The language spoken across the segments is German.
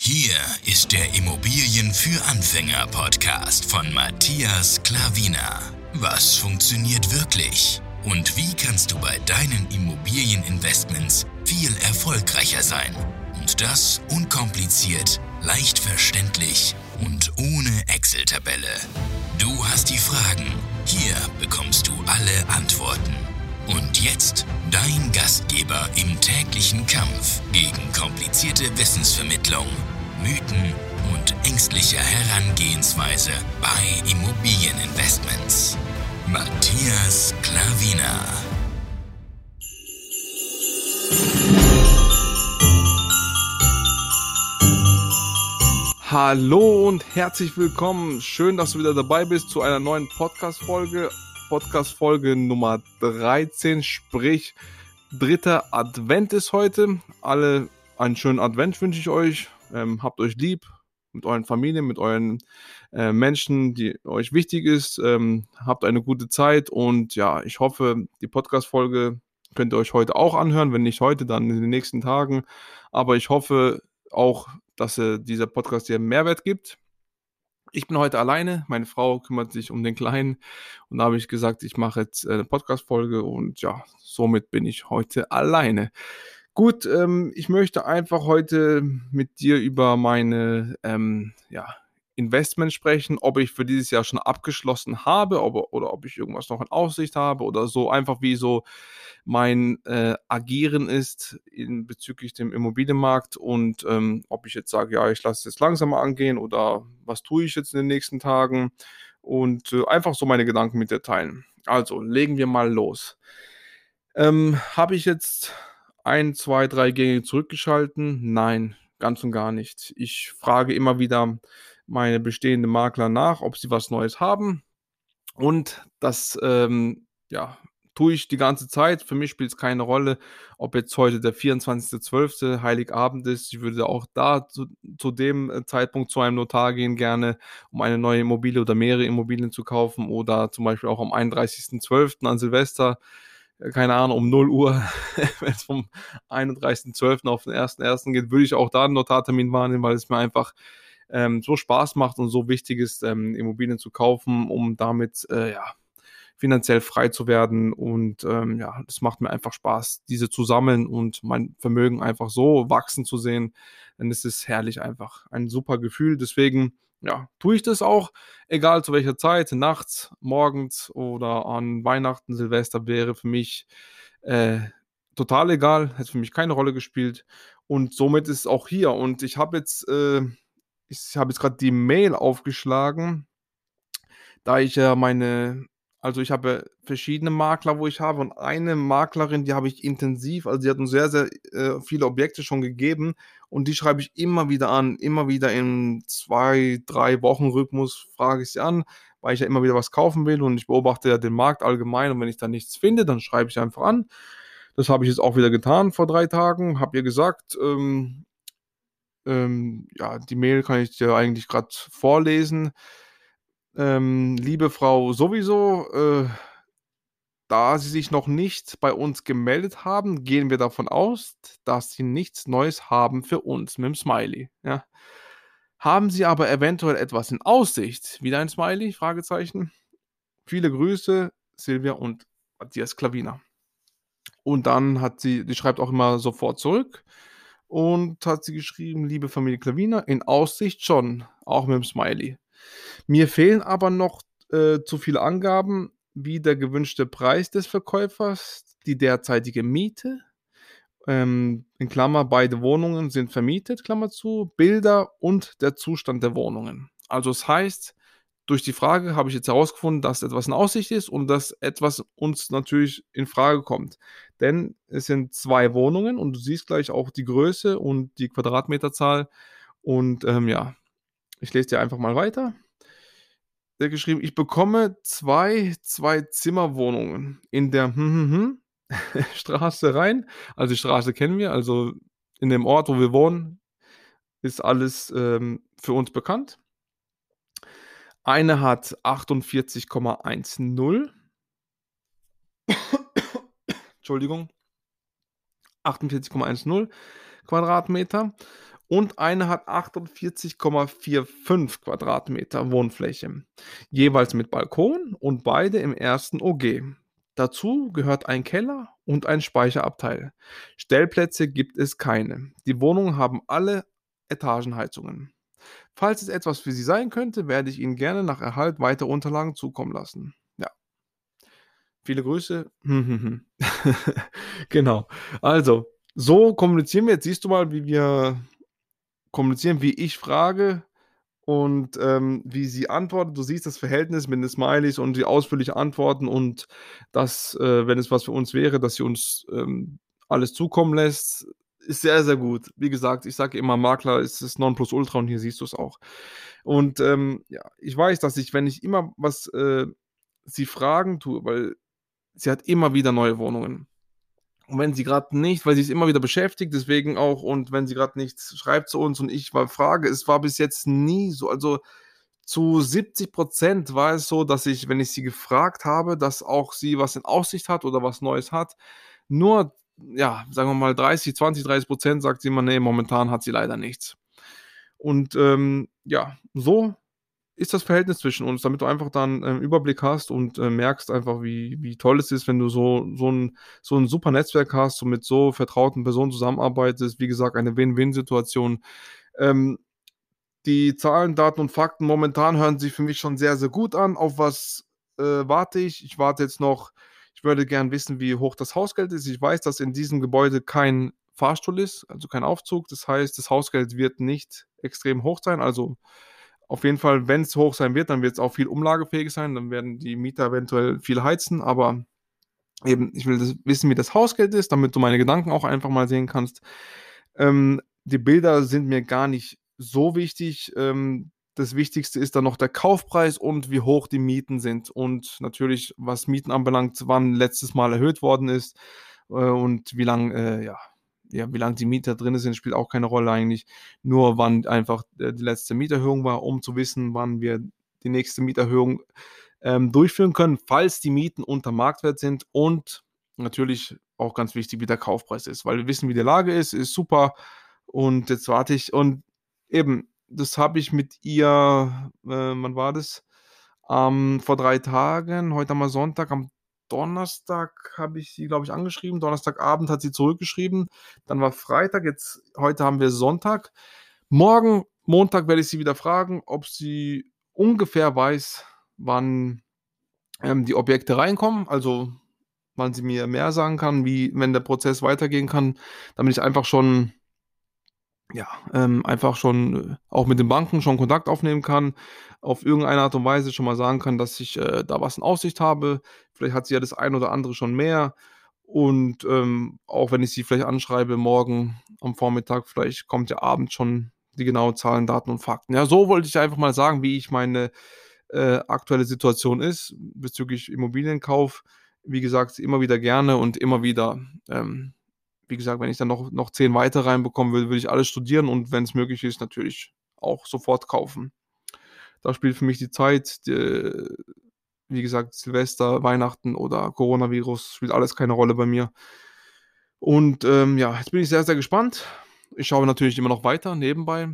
Hier ist der Immobilien für Anfänger Podcast von Matthias Klavina. Was funktioniert wirklich? Und wie kannst du bei deinen Immobilieninvestments viel erfolgreicher sein? Und das unkompliziert, leicht verständlich und ohne Excel-Tabelle. Du hast die Fragen, hier bekommst du alle Antworten. Und jetzt dein Gastgeber im täglichen Kampf gegen komplizierte Wissensvermittlung, Mythen und ängstliche Herangehensweise bei Immobilieninvestments. Matthias Klavina. Hallo und herzlich willkommen. Schön, dass du wieder dabei bist zu einer neuen Podcast-Folge. Podcast-Folge Nummer 13, sprich dritter Advent ist heute. Alle einen schönen Advent wünsche ich euch. Habt euch lieb mit euren Familien, mit euren Menschen, die euch wichtig ist. Habt eine gute Zeit und ja, ich hoffe, die Podcast-Folge könnt ihr euch heute auch anhören. Wenn nicht heute, dann in den nächsten Tagen. Aber ich hoffe auch, dass dieser Podcast dir Mehrwert gibt. Ich bin heute alleine, meine Frau kümmert sich um den Kleinen und da habe ich gesagt, ich mache jetzt eine Podcast-Folge und ja, somit bin ich heute alleine. Gut, ich möchte einfach heute mit dir über meine Investments sprechen, ob ich für dieses Jahr schon abgeschlossen habe oder ob ich irgendwas noch in Aussicht habe oder so, einfach wie so mein Agieren ist bezüglich dem Immobilienmarkt und ob ich jetzt sage, ja, ich lasse es jetzt langsamer angehen oder was tue ich jetzt in den nächsten Tagen und einfach so meine Gedanken mit dir teilen. Also, legen wir mal los. Habe ich jetzt 1, 2, 3 Gänge zurückgeschalten? Nein, ganz und gar nicht. Ich frage immer wieder meine bestehenden Makler nach, ob sie was Neues haben und das, tue ich die ganze Zeit. Für mich spielt es keine Rolle, ob jetzt heute der 24.12. Heiligabend ist. Ich würde auch da zu dem Zeitpunkt zu einem Notar gehen gerne, um eine neue Immobilie oder mehrere Immobilien zu kaufen oder zum Beispiel auch am 31.12. an Silvester, keine Ahnung, um 0 Uhr, wenn es vom 31.12. auf den 1.1. geht, würde ich auch da einen Notartermin wahrnehmen, weil es mir einfach so Spaß macht und so wichtig ist, Immobilien zu kaufen, um damit finanziell frei zu werden und es macht mir einfach Spaß, diese zu sammeln und mein Vermögen einfach so wachsen zu sehen, denn es ist herrlich einfach, ein super Gefühl, deswegen tue ich das auch, egal zu welcher Zeit, nachts, morgens oder an Weihnachten, Silvester wäre für mich total egal, hätte für mich keine Rolle gespielt und somit ist es auch hier und ich habe jetzt gerade die Mail aufgeschlagen, da ich ja ich habe verschiedene Makler, wo ich habe und eine Maklerin, die habe ich intensiv, also die hat uns sehr, sehr viele Objekte schon gegeben und die schreibe ich immer wieder an, immer wieder in 2, 3 Wochen Rhythmus frage ich sie an, weil ich ja immer wieder was kaufen will und ich beobachte ja den Markt allgemein und wenn ich da nichts finde, dann schreibe ich einfach an. Das habe ich jetzt auch wieder getan vor 3 Tagen, habe ihr gesagt, die Mail kann ich dir eigentlich gerade vorlesen. Liebe Frau sowieso, da Sie sich noch nicht bei uns gemeldet haben, gehen wir davon aus, dass Sie nichts Neues haben für uns mit dem Smiley, ja. Haben Sie aber eventuell etwas in Aussicht? Wieder ein Smiley? Fragezeichen. Viele Grüße, Silvia und Matthias Klavina. Und dann die schreibt auch immer sofort zurück und hat sie geschrieben, liebe Familie Klavina, in Aussicht schon, auch mit dem Smiley. Mir fehlen aber noch zu viele Angaben, wie der gewünschte Preis des Verkäufers, die derzeitige Miete, in Klammer, beide Wohnungen sind vermietet, Klammer zu, Bilder und der Zustand der Wohnungen. Also das heißt, durch die Frage habe ich jetzt herausgefunden, dass etwas in Aussicht ist und dass etwas uns natürlich in Frage kommt. Denn es sind 2 Wohnungen und du siehst gleich auch die Größe und die Quadratmeterzahl und ich lese dir einfach mal weiter. Der hat geschrieben, ich bekomme 2 Zwei-Zimmer-Wohnungen in der Straße rein. Also die Straße kennen wir, also in dem Ort, wo wir wohnen, ist alles für uns bekannt. Eine hat 48,10. Entschuldigung. 48,10 Quadratmeter und eine hat 48,45 Quadratmeter Wohnfläche, jeweils mit Balkon und beide im ersten OG. Dazu gehört ein Keller und ein Speicherabteil. Stellplätze gibt es keine. Die Wohnungen haben alle Etagenheizungen. Falls es etwas für Sie sein könnte, werde ich Ihnen gerne nach Erhalt weitere Unterlagen zukommen lassen. Ja, viele Grüße. Genau. Also, so kommunizieren wir. Jetzt siehst du mal, wie wir kommunizieren, wie ich frage und wie sie antwortet. Du siehst das Verhältnis mit den Smileys und die ausführlichen Antworten und dass, wenn es was für uns wäre, dass sie uns alles zukommen lässt, ist sehr, sehr gut. Wie gesagt, ich sage immer, Makler ist das Nonplusultra und hier siehst du es auch. Und ja, ich weiß, dass ich, wenn ich immer was sie fragen tue, weil sie hat immer wieder neue Wohnungen. Und wenn sie gerade nicht, weil sie ist immer wieder beschäftigt, deswegen auch, und wenn sie gerade nichts schreibt zu uns und ich mal frage, es war bis jetzt nie so, also zu 70% war es so, dass ich, wenn ich sie gefragt habe, dass auch sie was in Aussicht hat oder was Neues hat. Nur, ja, sagen wir mal 30% sagt sie immer, nee, momentan hat sie leider nichts. Und ja, so ist das Verhältnis zwischen uns, damit du einfach dann Überblick hast und merkst einfach, wie toll es ist, wenn du so ein super Netzwerk hast und mit so vertrauten Personen zusammenarbeitest. Wie gesagt, eine Win-Win-Situation. Ähm, die Zahlen, Daten und Fakten momentan hören sich für mich schon sehr, sehr gut an. Auf was warte ich? Ich warte jetzt noch, ich würde gern wissen, wie hoch das Hausgeld ist. Ich weiß, dass in diesem Gebäude kein Fahrstuhl ist, also kein Aufzug. Das heißt, das Hausgeld wird nicht extrem hoch sein. Also auf jeden Fall, wenn es hoch sein wird, dann wird es auch viel umlagefähig sein. Dann werden die Mieter eventuell viel heizen. Aber eben, ich will wissen, wie das Hausgeld ist, damit du meine Gedanken auch einfach mal sehen kannst. Die Bilder sind mir gar nicht so wichtig. Das Wichtigste ist dann noch der Kaufpreis und wie hoch die Mieten sind. Und natürlich, was Mieten anbelangt, wann letztes Mal erhöht worden ist und wie lange wie lang die Mieter drin sind, spielt auch keine Rolle eigentlich. Nur wann einfach die letzte Mieterhöhung war, um zu wissen, wann wir die nächste Mieterhöhung durchführen können, falls die Mieten unter Marktwert sind und natürlich auch ganz wichtig, wie der Kaufpreis ist, weil wir wissen, wie die Lage ist super und jetzt warte ich und eben, das habe ich mit ihr, wann war das? Vor 3 Tagen, heute haben wir Sonntag, am Donnerstag habe ich sie, glaube ich, angeschrieben. Donnerstagabend hat sie zurückgeschrieben. Dann war Freitag, jetzt heute haben wir Sonntag. Morgen, Montag, werde ich sie wieder fragen, ob sie ungefähr weiß, wann die Objekte reinkommen, also wann sie mir mehr sagen kann, wie, wenn der Prozess weitergehen kann, damit ich einfach schon, ja, einfach schon auch mit den Banken schon Kontakt aufnehmen kann, auf irgendeine Art und Weise schon mal sagen kann, dass ich da was in Aussicht habe. Vielleicht hat sie ja das ein oder andere schon mehr. Und auch wenn ich sie vielleicht anschreibe, morgen am Vormittag, vielleicht kommt ja abends schon die genauen Zahlen, Daten und Fakten. Ja, so wollte ich einfach mal sagen, wie ich meine aktuelle Situation ist bezüglich Immobilienkauf. Wie gesagt, immer wieder gerne und immer wieder, wie gesagt, wenn ich dann noch 10 weitere reinbekommen will, würde ich alles studieren und wenn es möglich ist, natürlich auch sofort kaufen. Da spielt für mich die Zeit, wie gesagt, Silvester, Weihnachten oder Coronavirus, spielt alles keine Rolle bei mir. Und ja, jetzt bin ich sehr, sehr gespannt. Ich schaue natürlich immer noch weiter nebenbei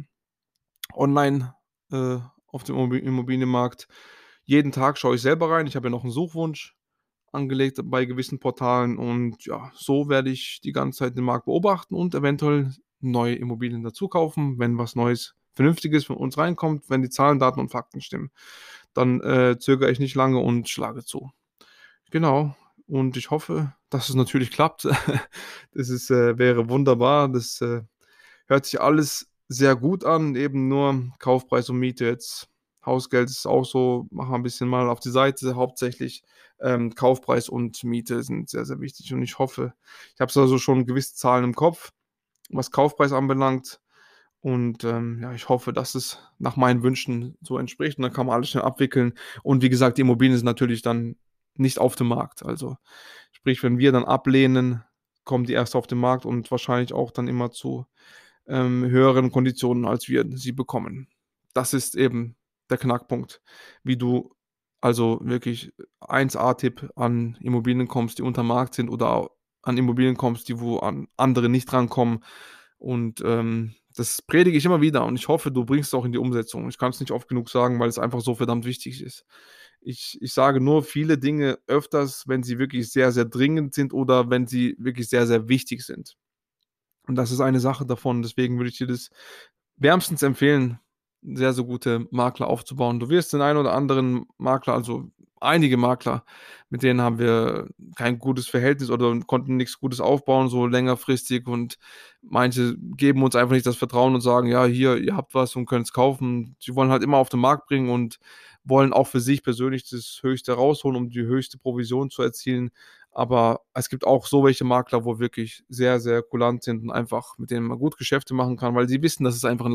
online auf dem Immobilienmarkt. Jeden Tag schaue ich selber rein. Ich habe ja noch einen Suchwunsch angelegt bei gewissen Portalen und ja, so werde ich die ganze Zeit den Markt beobachten und eventuell neue Immobilien dazu kaufen, wenn was Neues, Vernünftiges von uns reinkommt, wenn die Zahlen, Daten und Fakten stimmen. Dann zögere ich nicht lange und schlage zu. Genau. Und ich hoffe, dass es natürlich klappt. Das ist, wäre wunderbar. Das hört sich alles sehr gut an. Eben nur Kaufpreis und Miete jetzt. Hausgeld ist auch so, machen wir ein bisschen mal auf die Seite. Hauptsächlich Kaufpreis und Miete sind sehr, sehr wichtig. Und ich hoffe, ich habe also schon gewisse Zahlen im Kopf, was Kaufpreis anbelangt. Und ja, ich hoffe, dass es nach meinen Wünschen so entspricht. Und dann kann man alles schnell abwickeln. Und wie gesagt, die Immobilien sind natürlich dann nicht auf dem Markt. Also sprich, wenn wir dann ablehnen, kommen die erst auf den Markt und wahrscheinlich auch dann immer zu höheren Konditionen, als wir sie bekommen. Das ist eben der Knackpunkt, wie du also wirklich 1A-Tipp an Immobilien kommst, die unter Markt sind oder an Immobilien kommst, die wo an andere nicht rankommen. Und Das predige ich immer wieder und ich hoffe, du bringst es auch in die Umsetzung. Ich kann es nicht oft genug sagen, weil es einfach so verdammt wichtig ist. Ich sage nur viele Dinge öfters, wenn sie wirklich sehr, sehr dringend sind oder wenn sie wirklich sehr, sehr wichtig sind. Und das ist eine Sache davon. Deswegen würde ich dir das wärmstens empfehlen, sehr, sehr gute Makler aufzubauen. Du wirst den einen oder anderen Makler, also einige Makler, mit denen haben wir kein gutes Verhältnis oder konnten nichts Gutes aufbauen, so längerfristig. Und manche geben uns einfach nicht das Vertrauen und sagen, ja, hier, ihr habt was und könnt es kaufen. Sie wollen halt immer auf den Markt bringen und wollen auch für sich persönlich das Höchste rausholen, um die höchste Provision zu erzielen. Aber es gibt auch so welche Makler, wo wirklich sehr, sehr kulant sind und einfach mit denen man gut Geschäfte machen kann, weil sie wissen, dass es einfach ein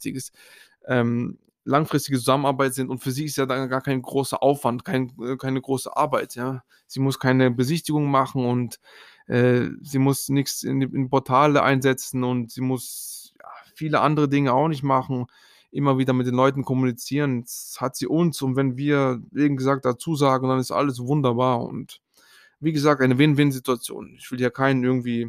langfristige Zusammenarbeit sind und für sie ist ja dann gar kein großer Aufwand, keine große Arbeit, ja. Sie muss keine Besichtigung machen und sie muss nichts in Portale einsetzen und sie muss ja, viele andere Dinge auch nicht machen, immer wieder mit den Leuten kommunizieren. Jetzt hat sie uns und wenn wir, wie gesagt, dazu sagen, dann ist alles wunderbar und wie gesagt, eine Win-Win-Situation. Ich will ja keinen irgendwie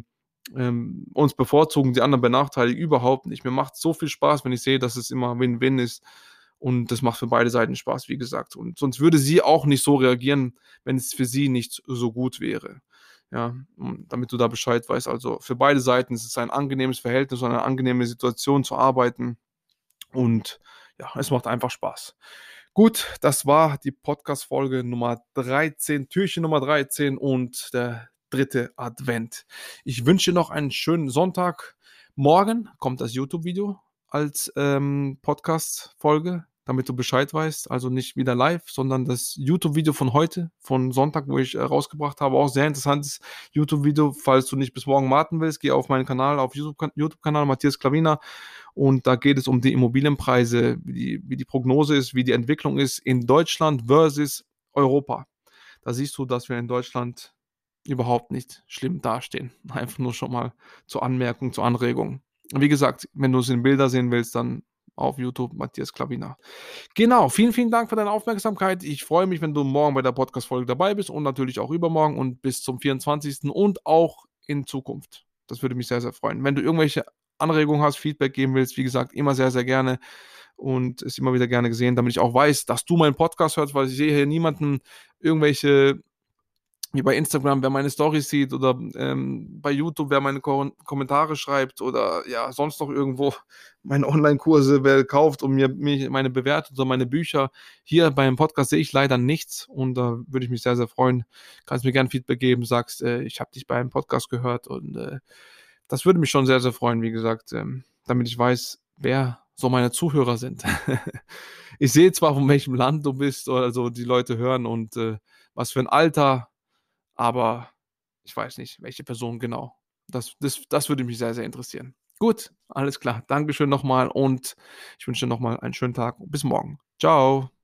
uns bevorzugen, die anderen benachteiligen, überhaupt nicht. Mir macht so viel Spaß, wenn ich sehe, dass es immer Win-Win ist und das macht für beide Seiten Spaß, wie gesagt. Und sonst würde sie auch nicht so reagieren, wenn es für sie nicht so gut wäre. Ja, damit du da Bescheid weißt. Also für beide Seiten ist es ein angenehmes Verhältnis und eine angenehme Situation zu arbeiten und ja, es macht einfach Spaß. Gut, das war die Podcast-Folge Nummer 13, Türchen Nummer 13 und der dritte Advent. Ich wünsche dir noch einen schönen Sonntag. Morgen kommt das YouTube-Video als Podcast-Folge, damit du Bescheid weißt. Also nicht wieder live, sondern das YouTube-Video von heute, von Sonntag, wo ich rausgebracht habe. Auch sehr interessantes YouTube-Video. Falls du nicht bis morgen warten willst, geh auf meinen Kanal, auf YouTube-Kanal Matthias Klavina. Und da geht es um die Immobilienpreise, wie die Prognose ist, wie die Entwicklung ist in Deutschland versus Europa. Da siehst du, dass wir in Deutschland überhaupt nicht schlimm dastehen. Einfach nur schon mal zur Anmerkung, zur Anregung. Wie gesagt, wenn du es in Bilder sehen willst, dann auf YouTube Matthias Klavina. Genau, vielen, vielen Dank für deine Aufmerksamkeit. Ich freue mich, wenn du morgen bei der Podcast-Folge dabei bist und natürlich auch übermorgen und bis zum 24. und auch in Zukunft. Das würde mich sehr, sehr freuen. Wenn du irgendwelche Anregungen hast, Feedback geben willst, wie gesagt, immer sehr, sehr gerne und ist immer wieder gerne gesehen, damit ich auch weiß, dass du meinen Podcast hörst, weil ich sehe hier niemanden irgendwelche wie bei Instagram, wer meine Storys sieht oder bei YouTube, wer meine Kommentare schreibt oder ja, sonst noch irgendwo meine Online-Kurse, wer kauft und mir meine bewertet oder meine Bücher. Hier beim Podcast sehe ich leider nichts und da würde ich mich sehr, sehr freuen. Kannst mir gerne Feedback geben, sagst, ich habe dich beim Podcast gehört und das würde mich schon sehr, sehr freuen, wie gesagt, damit ich weiß, wer so meine Zuhörer sind. Ich sehe zwar, von welchem Land du bist oder so die Leute hören und was für ein Alter, aber ich weiß nicht, welche Person genau. Das würde mich sehr, sehr interessieren. Gut, alles klar. Dankeschön nochmal und ich wünsche dir nochmal einen schönen Tag. Bis morgen. Ciao.